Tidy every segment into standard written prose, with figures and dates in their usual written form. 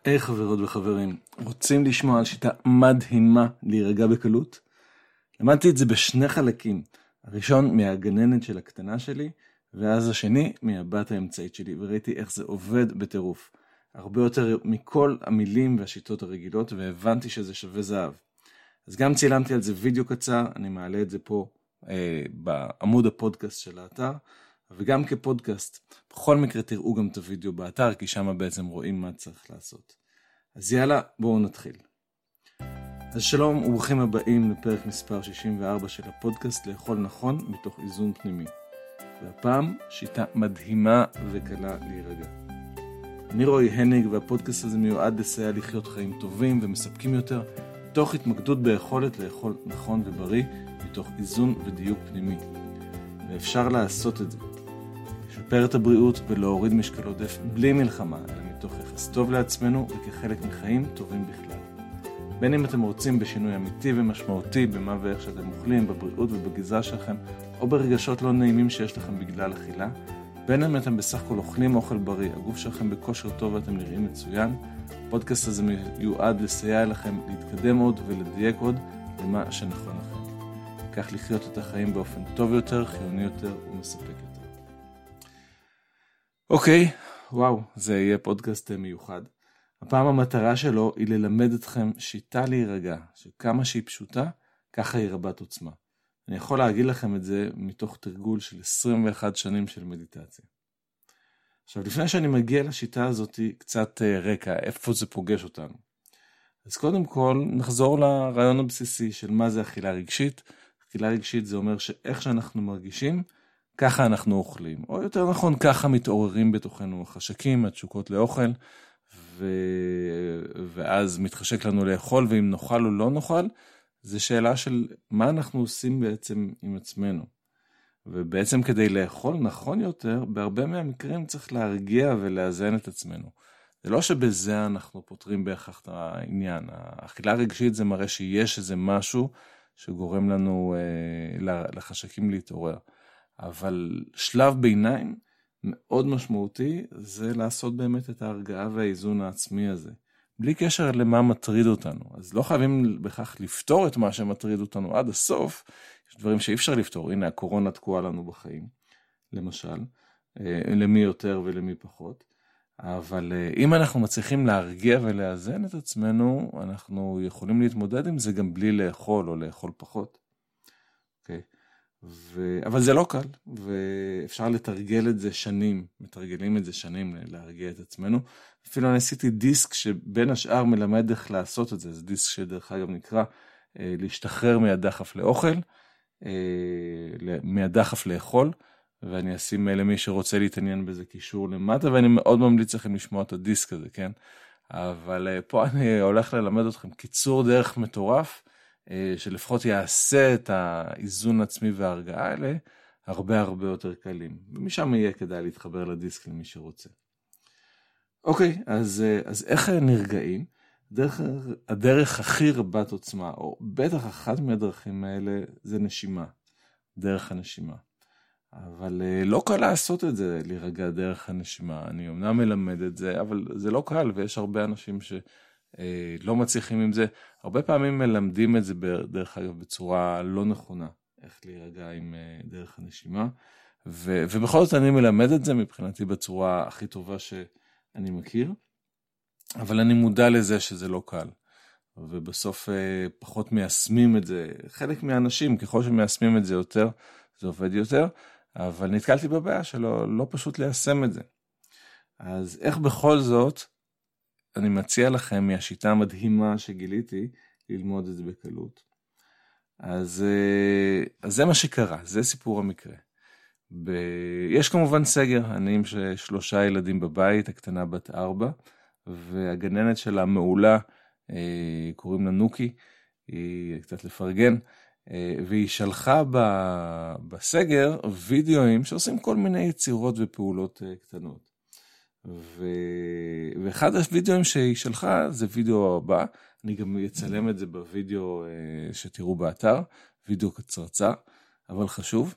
היי חברות וחברים, רוצים לשמוע על שיטה מדהימה להירגע בקלות? למדתי את זה בשני חלקים, הראשון מהגננת של הקטנה שלי, ואז השני מהבת האמצעית שלי, וראיתי איך זה עובד בטירוף. הרבה יותר מכל המילים והשיטות הרגילות, והבנתי שזה שווה זהב. אז גם צילמתי על זה וידאו קצר, אני מעלה את זה פה בעמוד הפודקאסט של האתר, וגם כפודקאסט. בכל מקרה תראו גם את הוידאו באתר, כי שם בעצם רואים מה צריך לעשות. אז יאללה, בואו נתחיל. אז שלום וברוכים הבאים לפרק מספר 64 של הפודקאסט לאכול נכון מתוך איזון פנימי. והפעם שיטה מדהימה וקלה להירגע. אני רועי הניג, והפודקאסט הזה מיועד לסייע לחיות חיים טובים ומספקים יותר, תוך התמקדות ביכולת לאכול נכון ובריא מתוך איזון ודיוק פנימי. ואפשר לעשות את זה. לשפר את הבריאות ולהוריד משקל עודף בלי מלחמה, אלא מתוך יחס טוב לעצמנו וכחלק מחיים טובים בכלל. בין אם אתם רוצים בשינוי אמיתי ומשמעותי במה ואיך שאתם אוכלים, בבריאות ובגזרה שלכם, או ברגשות לא נעימים שיש לכם בגלל אכילה, בין אם אתם בסך הכל אוכלים אוכל בריא, הגוף שלכם בכושר טוב ואתם נראים מצוין, הפודקאסט הזה מיועד לסייע לכם להתקדם עוד ולדייק עוד למה שנכון לכם. כך לחיות את החיים באופן טוב יותר, חיוני יותר ומספק יותר. אוקיי, וואו, זה יהיה פודקאסט מיוחד. הפעם המטרה שלו היא ללמד אתכם שיטה להירגע, שכמה שהיא פשוטה, ככה היא רבת עוצמה. אני יכול להגיד לכם את זה מתוך תרגול של 21 שנים של מדיטציה. עכשיו, לפני שאני מגיע לשיטה הזאת, קצת רקע, איפה זה פוגש אותנו. אז קודם כל, נחזור לרעיון הבסיסי של מה זה אכילה רגשית. אכילה רגשית זה אומר שאיך שאנחנו מרגישים, ככה אנחנו אוכלים. או יותר נכון, ככה מתעוררים בתוכנו החשקים, התשוקות לאוכל, ואז מתחשק לנו לאכול, ואם נאכל או לא נאכל, זה שאלה של מה אנחנו עושים בעצם עם עצמנו. ובעצם כדי לאכול נכון יותר, בהרבה מהמקרים צריך להרגיע ולאזן את עצמנו. זה לא שבזה אנחנו פותרים בהכרח את העניין. האכילה רגשית זה מראה שיש איזה משהו שגורם לנו לחשקים להתעורר. אבל שלב ביניים מאוד משמעותי זה לעשות באמת את ההרגעה והאיזון העצמי הזה. בלי קשר למה מטריד אותנו. אז לא חייבים בכך לפתור את מה שמטריד אותנו עד הסוף. יש דברים שאי אפשר לפתור. הנה, הקורונה תקועה לנו בחיים, למשל. למי יותר ולמי פחות. אבל אם אנחנו מצליחים להרגיע ולאזן את עצמנו, אנחנו יכולים להתמודד עם זה גם בלי לאכול או לאכול פחות. אוקיי. אבל זה לא קל, ואפשר לתרגל את זה שנים, מתרגלים את זה שנים להרגיע את עצמנו. אפילו אני עשיתי דיסק שבין השאר מלמד איך לעשות את זה, זה דיסק שדרך אגב נקרא להשתחרר מהדחף לאוכל, מהדחף לאכול, ואני אשים למי שרוצה להתעניין בזה קישור למטה, ואני מאוד ממליץ לכם לשמוע את הדיסק הזה, כן? אבל פה אני הולך ללמד אתכם קיצור דרך מטורף, שלפחות יעשה את האיזון העצמי וההרגעה האלה הרבה הרבה יותר קלים. ומשם יהיה כדאי להתחבר לדיסק למי שרוצה. אוקיי, אז איך נרגעים? הדרך הכי רבת עוצמה, או בטח אחת מהדרכים האלה, זה נשימה. דרך הנשימה. אבל לא קל לעשות את זה, להירגע דרך הנשימה. אני אמנם מלמד את זה, אבל זה לא קל, ויש הרבה אנשים לא מצליחים עם זה. הרבה פעמים מלמדים את זה דרך אגב בצורה לא נכונה, איך להירגע עם דרך הנשימה. ובכל זאת אני מלמד את זה מבחינתי בצורה הכי טובה שאני מכיר. אבל אני מודע לזה שזה לא קל. ובסוף פחות מיישמים את זה. חלק מהאנשים, ככל שמיישמים את זה יותר, זה עובד יותר. אבל נתקלתי בבעיה שלא לא פשוט ליישם את זה. אז איך בכל זאת, אני מציע לכם מהשיטה המדהימה שגיליתי, ללמוד את זה בקלות. אז זה מה שקרה, זה סיפור המקרה. יש כמובן סגר, אני עם 3 ילדים בבית, הקטנה בת 4, והגננת שלה מעולה, קוראים לה נוקי, היא קצת לפרגן, והיא שלחה בסגר וידאוים שעושים כל מיני יצירות ופעולות קטנות. ואחד הוידאוים שהיא שלחה זה וידאו הבא, אני גם אצלם את זה בוידאו שתראו באתר, וידאו קצרצר, אבל חשוב.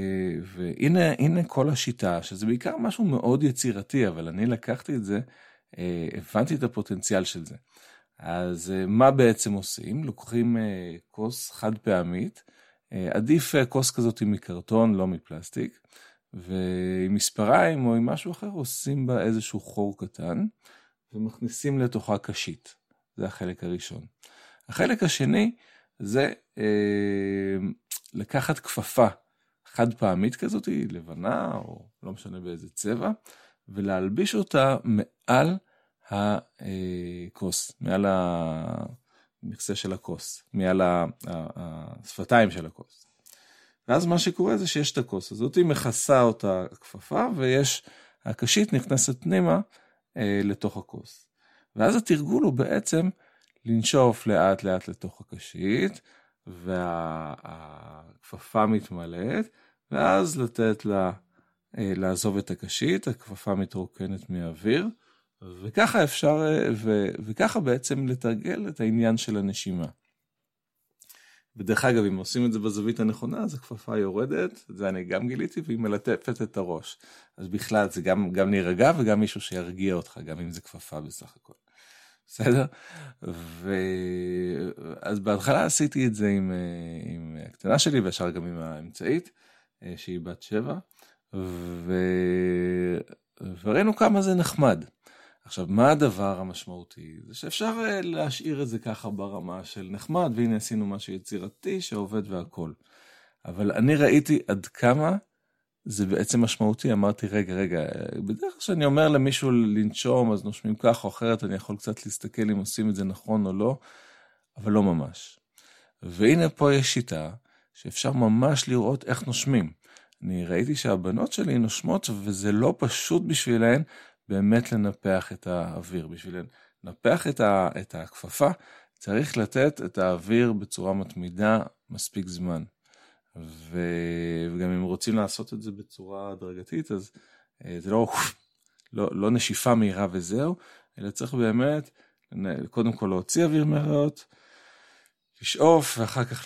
והנה כל השיטה, שזה בעיקר משהו מאוד יצירתי, אבל אני לקחתי את זה הבנתי את הפוטנציאל של זה. אז מה בעצם עושים? לוקחים כוס חד פעמית, עדיף כוס כזאת מקרטון, לא מפלסטיק, ועם מספריים או עם משהו אחר עושים בה איזשהו חור קטן, ומכניסים לתוכה קשית. זה החלק הראשון. החלק השני זה לקחת כפפה חד פעמית כזאת, לבנה או לא משנה באיזה צבע, ולהלביש אותה מעל הכוס, מעל המכסה של הכוס, מעל השפתיים של הכוס. ואז מה שקורה זה שיש את הכוס הזאת, היא מכסה אותה כפפה, ויש, הקשית נכנסת פנימה לתוך הכוס. ואז התרגול הוא בעצם לנשוף לאט לאט לתוך הקשית, והכפפה מתמלאת, ואז לתת לה לעזוב את הקשית, הכפפה מתרוקנת מהאוויר, וככה אפשר, וככה בעצם לתרגל את העניין של הנשימה. ודרך אגב, אם עושים את זה בזווית הנכונה, אז הכפפה יורדת, זה אני גם גיליתי, והיא מלטפת את הראש. אז בכלל זה גם להירגע, וגם מישהו שירגיע אותך, גם אם זה כפפה בסך הכל. בסדר? אז בהתחלה עשיתי את זה עם הקטנה שלי, וישר גם עם האמצעית, שהיא בת 7, וראינו כמה זה נחמד. עכשיו, מה הדבר המשמעותי? זה שאפשר להשאיר את זה ככה ברמה של נחמד, והנה עשינו משהו יצירתי שעובד והכל. אבל אני ראיתי עד כמה זה בעצם משמעותי. אמרתי, רגע, בדרך כלל שאני אומר למישהו לנשום, אז נושמים כך או אחרת, אני יכול קצת להסתכל אם עושים את זה נכון או לא, אבל לא ממש. והנה פה יש שיטה שאפשר ממש לראות איך נושמים. אני ראיתי שהבנות שלי נושמות, וזה לא פשוט בשבילהן באמת לנפח את האוויר. בשביל לנפח את הכפפה, צריך לתת את האוויר בצורה מתמידה מספיק זמן. וגם אם רוצים לעשות את זה בצורה הדרגתית, אז זה לא נשיפה מהירה וזהו, אלא צריך באמת, קודם כל להוציא אוויר מהריאות, לשאוף, ואחר כך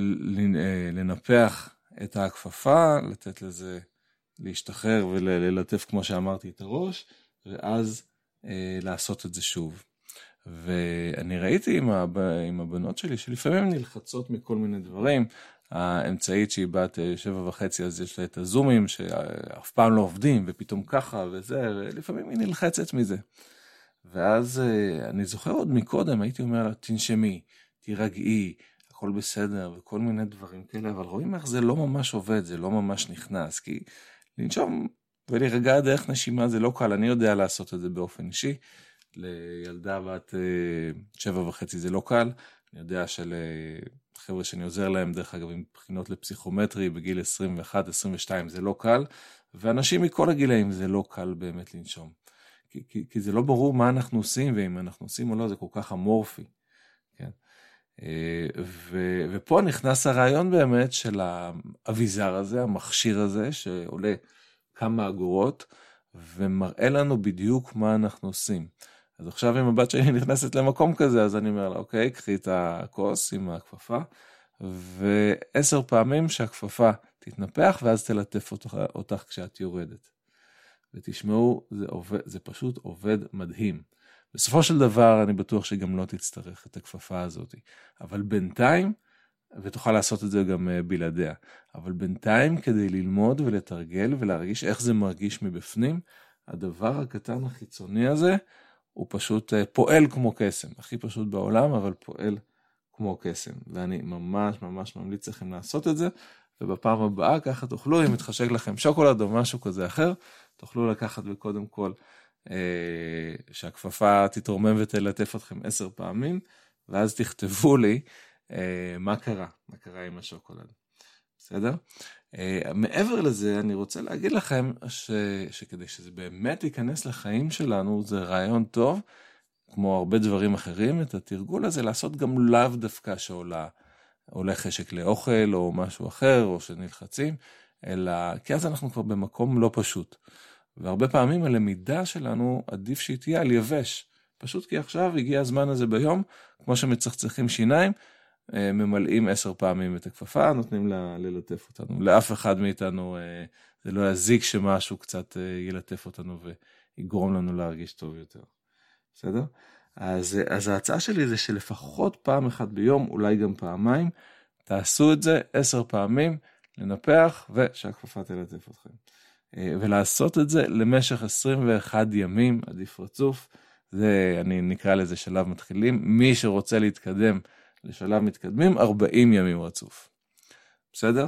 לנפח את הכפפה, לתת לזה להשתחרר וללטף כמו שאמרתי את הראש, ואז לעשות את זה שוב. ואני ראיתי עם הבנות שלי שלפעמים נלחצות מכל מיני דברים, האמצעית שהיא בת 7.5, אז יש לה את הזומים שאף פעם לא עובדים, ופתאום ככה וזה, ולפעמים היא נלחצת מזה. ואז אני זוכר עוד מקודם, הייתי אומר לה, תנשמי, תירגעי, הכל בסדר, וכל מיני דברים כאלה, אבל רואים איך זה לא ממש עובד, זה לא ממש נכנס, כי לנשום ולהירגע דרך נשימה זה לא קל, אני יודע לעשות את זה באופן אישי, לילדה בת 7.5 זה לא קל, אני יודע שלחבר'ה שאני עוזר להם, דרך אגב, עם בחינות לפסיכומטרי בגיל 21-22 זה לא קל, ואנשים מכל הגילאים זה לא קל באמת לנשום, כי זה לא ברור מה אנחנו עושים, ואם אנחנו עושים או לא, זה כל כך אמורפי, כן? ופה נכנס הרעיון באמת של האביזר הזה, המכשיר הזה, שעולה כמה אגורות, ומראה לנו בדיוק מה אנחנו עושים. אז עכשיו אם הבת שלי נכנסת למקום כזה, אז אני אומר לה, אוקיי, קחי את הכוס עם הכפפה, ו10 פעמים שהכפפה תתנפח, ואז תלטף אותך כשאת יורדת. ותשמעו, זה פשוט עובד מדהים. בסופו של דבר אני בטוח שגם לא תצטרך את הכפפה הזאת, אבל בינתיים, ותוכל לעשות את זה גם בלעדיה, אבל בינתיים כדי ללמוד ולתרגל ולהרגיש איך זה מרגיש מבפנים, הדבר הקטן החיצוני הזה, הוא פשוט פועל כמו קסם, הכי פשוט בעולם, אבל פועל כמו קסם, ואני ממש ממש ממליץ לכם לעשות את זה, ובפעם הבאה ככה תוכלו, אם מתחשק לכם שוקולד או משהו כזה אחר, תוכלו לקחת וקודם כל, שהכפפה תתרומם ותלטף אתכם 10 פעמים, ואז תכתבו לי מה קרה עם השוקולד. בסדר? מעבר לזה, אני רוצה להגיד לכם שכדי שזה באמת ייכנס לחיים שלנו, זה רעיון טוב, כמו הרבה דברים אחרים, את התרגול הזה לעשות גם לאו דווקא שעולה חשק לאוכל או משהו אחר, או שנלחצים, אלא כי אז אנחנו כבר במקום לא פשוט. והרבה פעמים הלמידה שלנו עדיף שהיא תהיה על יבש. פשוט כי עכשיו הגיע הזמן הזה ביום, כמו שמצחצחים שיניים, ממלאים 10 פעמים את הכפפה, נותנים לה ללטף אותנו. לאף אחד מאיתנו זה לא יזיק שמשהו קצת ילטף אותנו ויגרום לנו להרגיש טוב יותר. בסדר? אז ההצעה שלי זה שלפחות פעם אחת ביום, אולי גם פעמיים, תעשו את זה 10 פעמים, לנפח ושהכפפה תלטף אתכם. ולעשות את זה למשך 21 ימים, עדיף רצוף. זה, אני נקרא לזה שלב מתחילים. מי שרוצה להתקדם לשלב מתקדמים, 40 ימים רצוף. בסדר?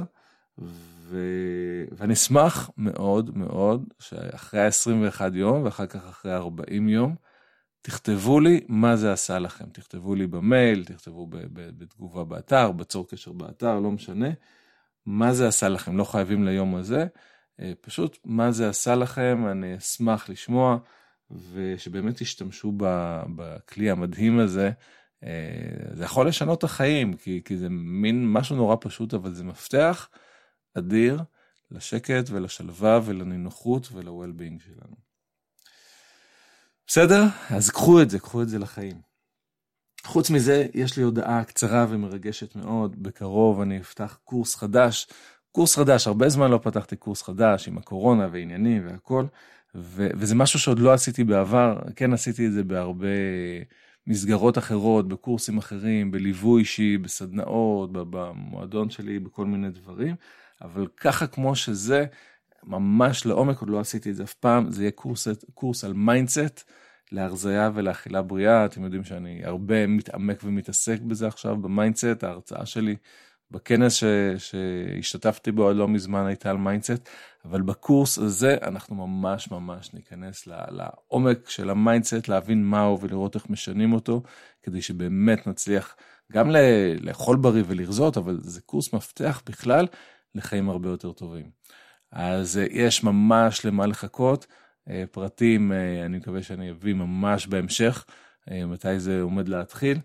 ואני אשמח מאוד מאוד שאחרי ה-21 יום ואחר כך אחרי 40 יום, תכתבו לי מה זה עשה לכם. תכתבו לי במייל, תכתבו בתגובה באתר, בצור קשר באתר, לא משנה. מה זה עשה לכם? לא חייבים ליום הזה. פשוט מה זה עשה לכם, אני אשמח לשמוע, ושבאמת תשתמשו בכלי המדהים הזה. זה יכול לשנות את החיים, כי זה מין משהו נורא פשוט, אבל זה מפתח אדיר לשקט ולשלווה ולנינוחות ול-well-being שלנו. בסדר? אז קחו את זה לחיים. חוץ מזה, יש לי הודעה קצרה ומרגשת מאוד. בקרוב אני אפתח קורס חדש, הרבה זמן לא פתחתי קורס חדש עם הקורונה ועניינים והכל, וזה משהו שעוד לא עשיתי בעבר, כן עשיתי את זה בהרבה מסגרות אחרות, בקורסים אחרים, בליווי אישי, בסדנאות, במועדון שלי, בכל מיני דברים, אבל ככה כמו שזה, ממש לעומק, עוד לא עשיתי את זה אף פעם, זה יהיה קורס על מיינדסט, להרזיה ולאכילה בריאה. אתם יודעים שאני הרבה מתעמק ומתעסק בזה עכשיו, במיינדסט. ההרצאה שלי בכנס שהשתתפתי בו לא מזמן הייתה על מיינדסט, אבל בקורס הזה אנחנו ממש ניכנס לעומק של המיינדסט, להבין מהו ולראות איך משנים אותו, כדי שבאמת נצליח גם לאכול בריא ולרזות, אבל זה קורס מפתח בכלל לחיים הרבה יותר טובים. אז יש ממש למה לחכות. פרטים אני מקווה שאני אביא ממש בהמשך, מתי זה עומד להתחיל,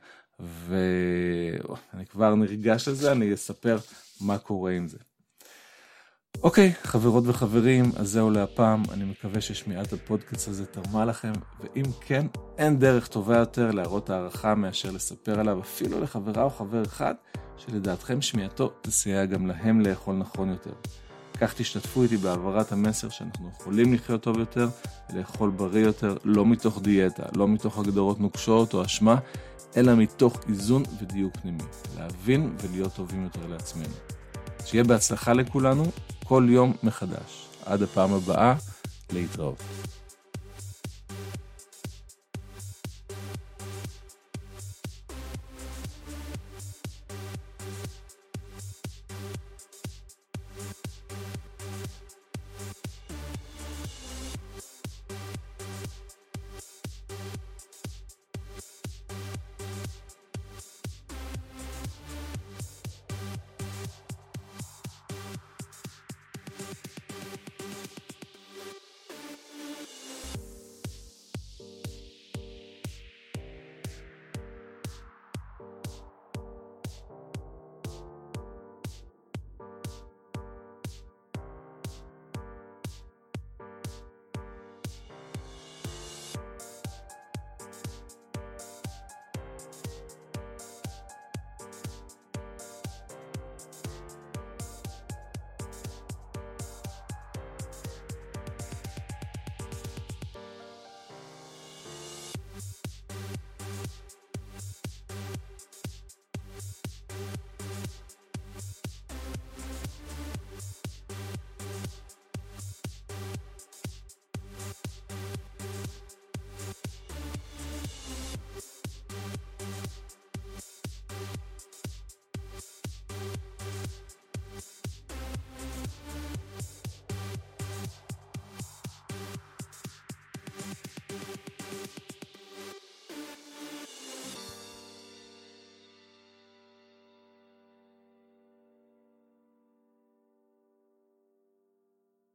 ואני כבר נרגש לזה, אני אספר מה קורה עם זה. אוקיי, חברות וחברים, אז זהו להפעם. אני מקווה ששמיעת הפודקאסט הזה תרמה לכם, ואם כן, אין דרך טובה יותר להראות הערכה מאשר לספר עליו, אפילו לחברה או חבר אחד, שלדעתכם שמיעתו תסייע גם להם לאכול נכון יותר. כך תשתתפו איתי בעברת המסר שאנחנו יכולים לחיות טוב יותר, לאכול בריא יותר, לא מתוך דיאטה, לא מתוך הגדרות נוקשות או אשמה, אלא מתוך איזון ודיוק פנימי, להבין ולהיות טובים יותר לעצמנו. שיהיה בהצלחה לכולנו, כל יום מחדש. עד הפעם הבאה, להתראות.